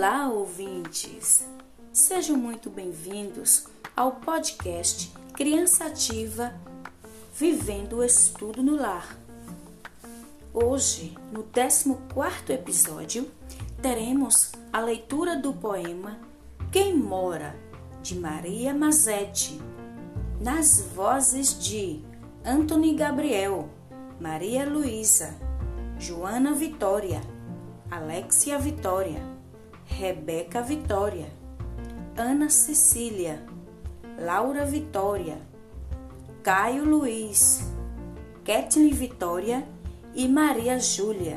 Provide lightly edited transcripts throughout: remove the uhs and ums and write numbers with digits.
Olá, ouvintes! Sejam muito bem-vindos ao podcast Criança Ativa Vivendo o Estudo no Lar. Hoje, no 14º episódio, teremos a leitura do poema Quem Mora, de Maria Mazetti, nas vozes de Antony Gabriel, Maria Luísa, Joana Vitória, Alexia Vitória, Rebeca Vitória, Ana Cecília, Laura Vitória, Caio Luiz, Kathleen Vitória e Maria Júlia.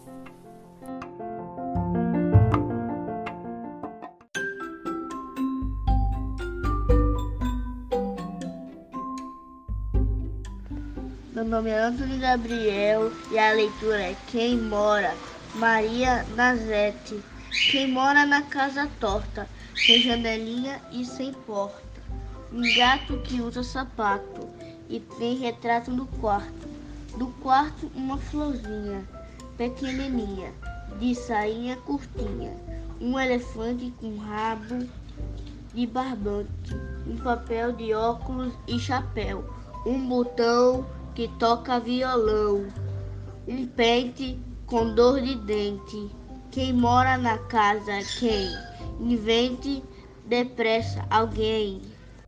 Meu nome é Antony Gabriel e a leitura é Quem Mora, Maria Mazetti. Quem mora na casa torta, sem janelinha e sem porta. Um gato que usa sapato e tem retrato no quarto. No quarto uma florzinha, pequenininha, de sainha curtinha. Um elefante com rabo de barbante. Um papel de óculos e chapéu. Um botão que toca violão. Um pente com dor de dente. Quem mora na casa, quem? Invente depressa alguém.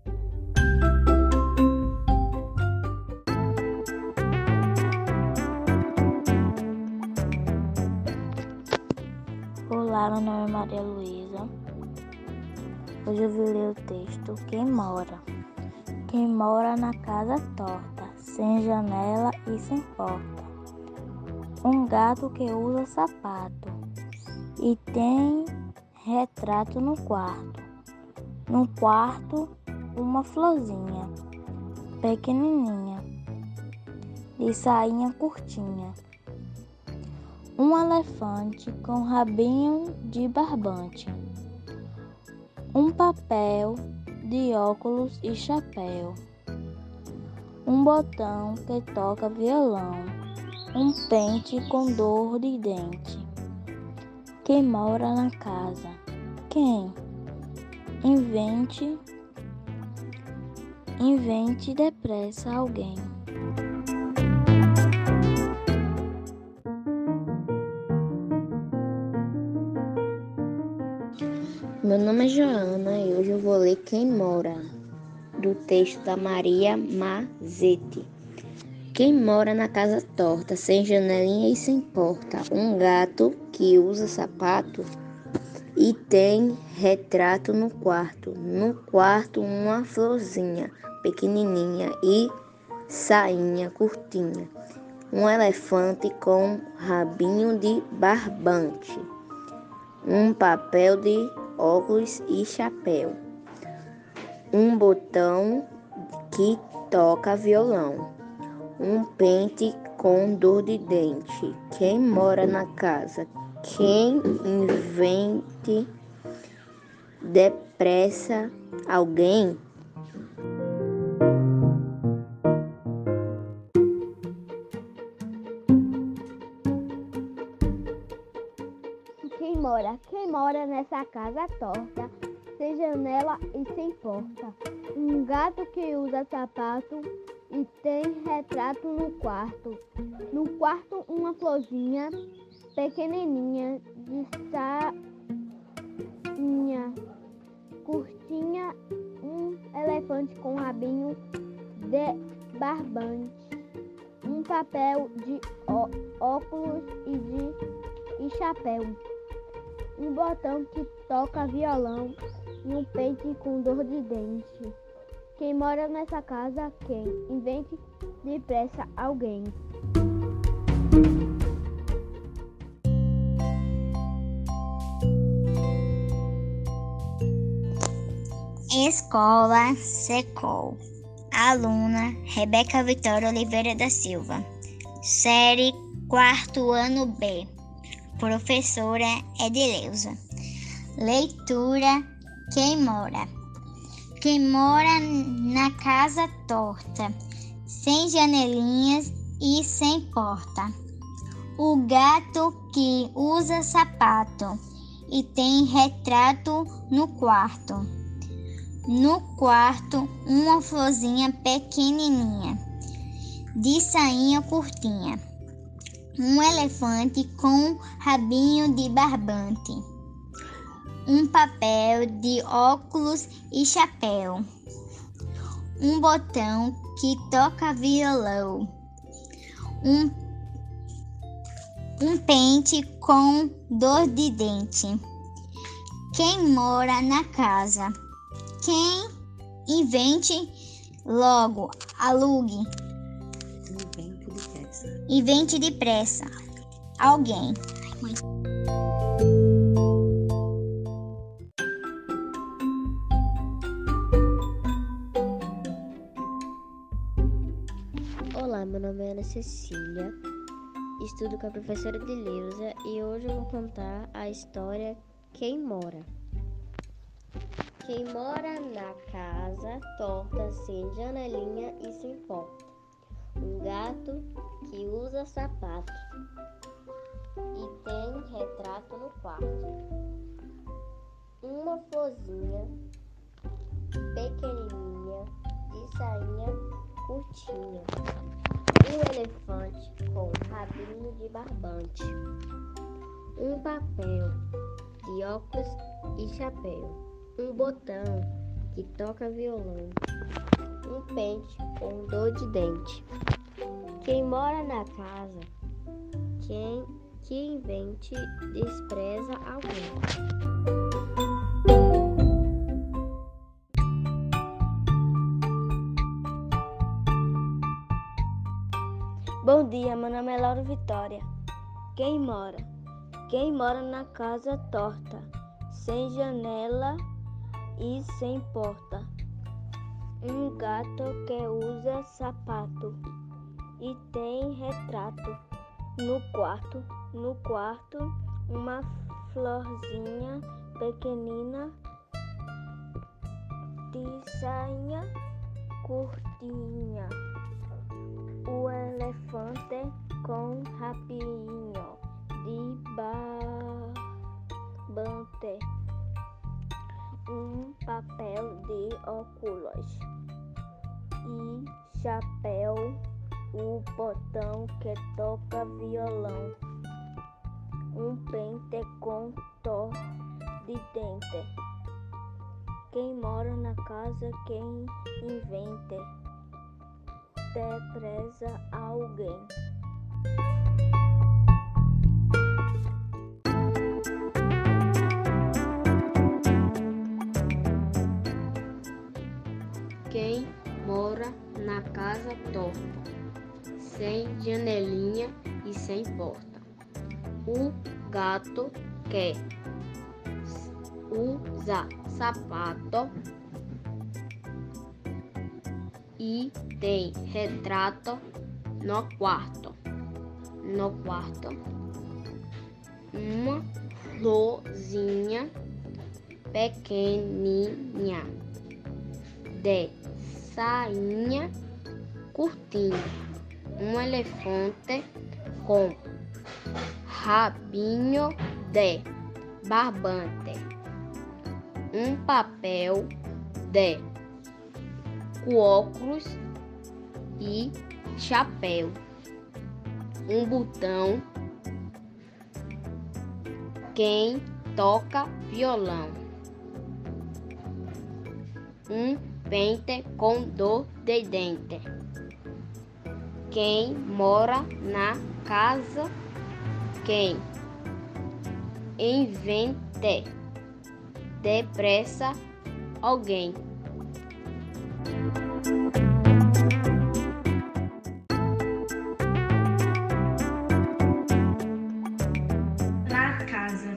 Olá, meu nome é Maria Luísa. Hoje eu vou ler o texto Quem Mora. Quem mora na casa torta, sem janela e sem porta. Um gato que usa sapato e tem retrato no quarto. No quarto, uma florzinha, pequenininha, de sainha curtinha. Um elefante com rabinho de barbante. Um papel de óculos e chapéu. Um botão que toca violão. Um pente com dor de dente. Quem mora na casa? Quem? Invente depressa alguém. Meu nome é Joana e hoje eu vou ler Quem Mora, do texto da Maria Mazetti. Quem mora na casa torta, sem janelinha e sem porta. Um gato que usa sapato e tem retrato no quarto. No quarto, uma florzinha pequenininha e sainha curtinha. Um elefante com rabinho de barbante. Um papel de óculos e chapéu. Um botão que toca violão. Um pente com dor de dente. Quem mora na casa? Quem invente depressa alguém? Quem mora nessa casa torta, sem janela e sem porta. Um gato que usa sapato e tem retrato no quarto. No quarto uma florzinha pequenininha de sainha curtinha. Um elefante com rabinho de barbante. Um papel de óculos e chapéu. Um botão que toca violão e um pente com dor de dente. Quem mora nessa casa, quem? Invente depressa alguém. Escola Secol. Aluna Rebeca Vitória Oliveira da Silva. Série 4º ano B. Professora Edileuza. Leitura Quem Mora. Quem mora na casa torta, sem janelinhas e sem porta. O gato que usa sapato e tem retrato no quarto. No quarto, uma florzinha pequenininha, de sainha curtinha. Um elefante com rabinho de barbante. Um papel de óculos e chapéu. Um botão que toca violão. Um pente com dor de dente. Quem mora na casa? Quem invente logo, alugue. Invente depressa. Alguém. Olá, meu nome é Ana Cecília, estudo com a professora Edileuza e hoje eu vou contar a história Quem Mora. Quem mora na casa torta, sem janelinha e sem porta. Um gato que usa sapato e tem retrato no quarto. Uma florzinha pequenininha de sainha curtinha. Um elefante com rabinho de barbante. Um papel de óculos e chapéu. Um botão que toca violão. Um pente com dor de dente. Quem mora na casa, quem que invente, despreza alguém. Bom dia, meu nome é Laura Vitória. Quem mora? Quem mora na casa torta, sem janela e sem porta. Um gato que usa sapato e tem retrato no quarto. No quarto, uma florzinha pequenina de sainha curtinha. O elefante com rabinho de barbante. Um papel de óculos e chapéu. O botão que toca violão. Um pente com dor de dente. Quem mora na casa, quem invente, despreza alguém. Quem mora na casa torta, sem janelinha e sem porta. O gato que usa sapato e tem retrato no quarto. No quarto, uma florzinha pequenininha de sainha curtinha. Um elefante com rabinho de barbante. Um papel de óculos e chapéu. Um botão quem toca violão. Um pente com dor de dente. Quem mora na casa, quem invente, depressa alguém. Na casa,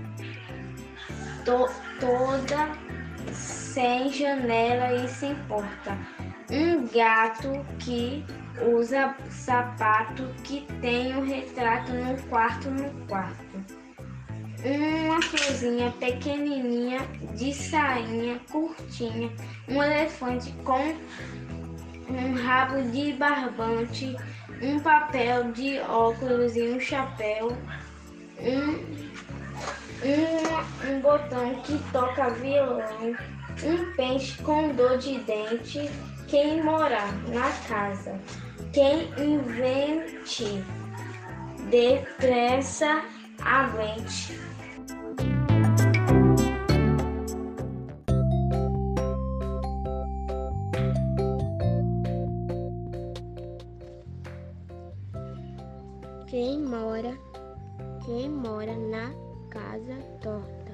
toda sem janela e sem porta. Um gato que usa sapato que tem um retrato no quarto. Uma florzinha pequenininha de sainha curtinha. Um elefante com um rabo de barbante. Um papel de óculos e um chapéu. Um Um botão que toca violão, um pente com dor de dente, quem mora na casa, quem invente, depressa, aguente. Quem mora na casa torta,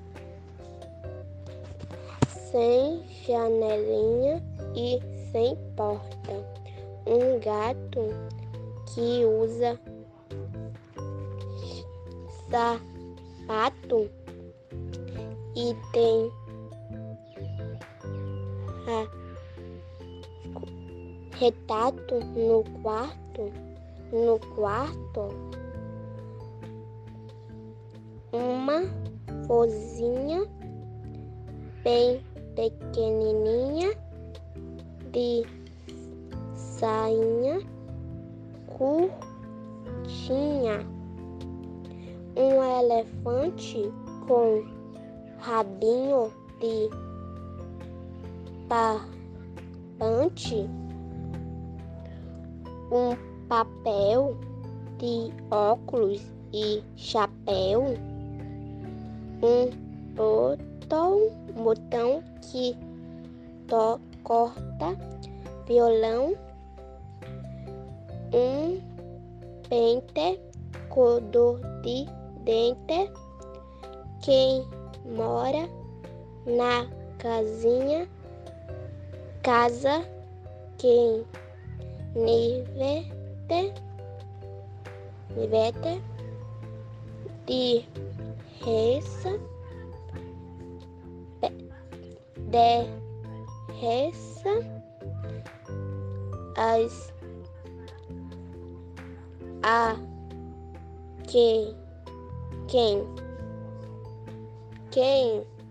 sem janelinha e sem porta, um gato que usa sapato e tem retrato no quarto, uma vozinha bem pequenininha de sainha curtinha, um elefante com rabinho de barbante, um papel de óculos e chapéu, um botão que corta violão, um pente com dor de dente, quem mora na casa, quem nivete de reza quem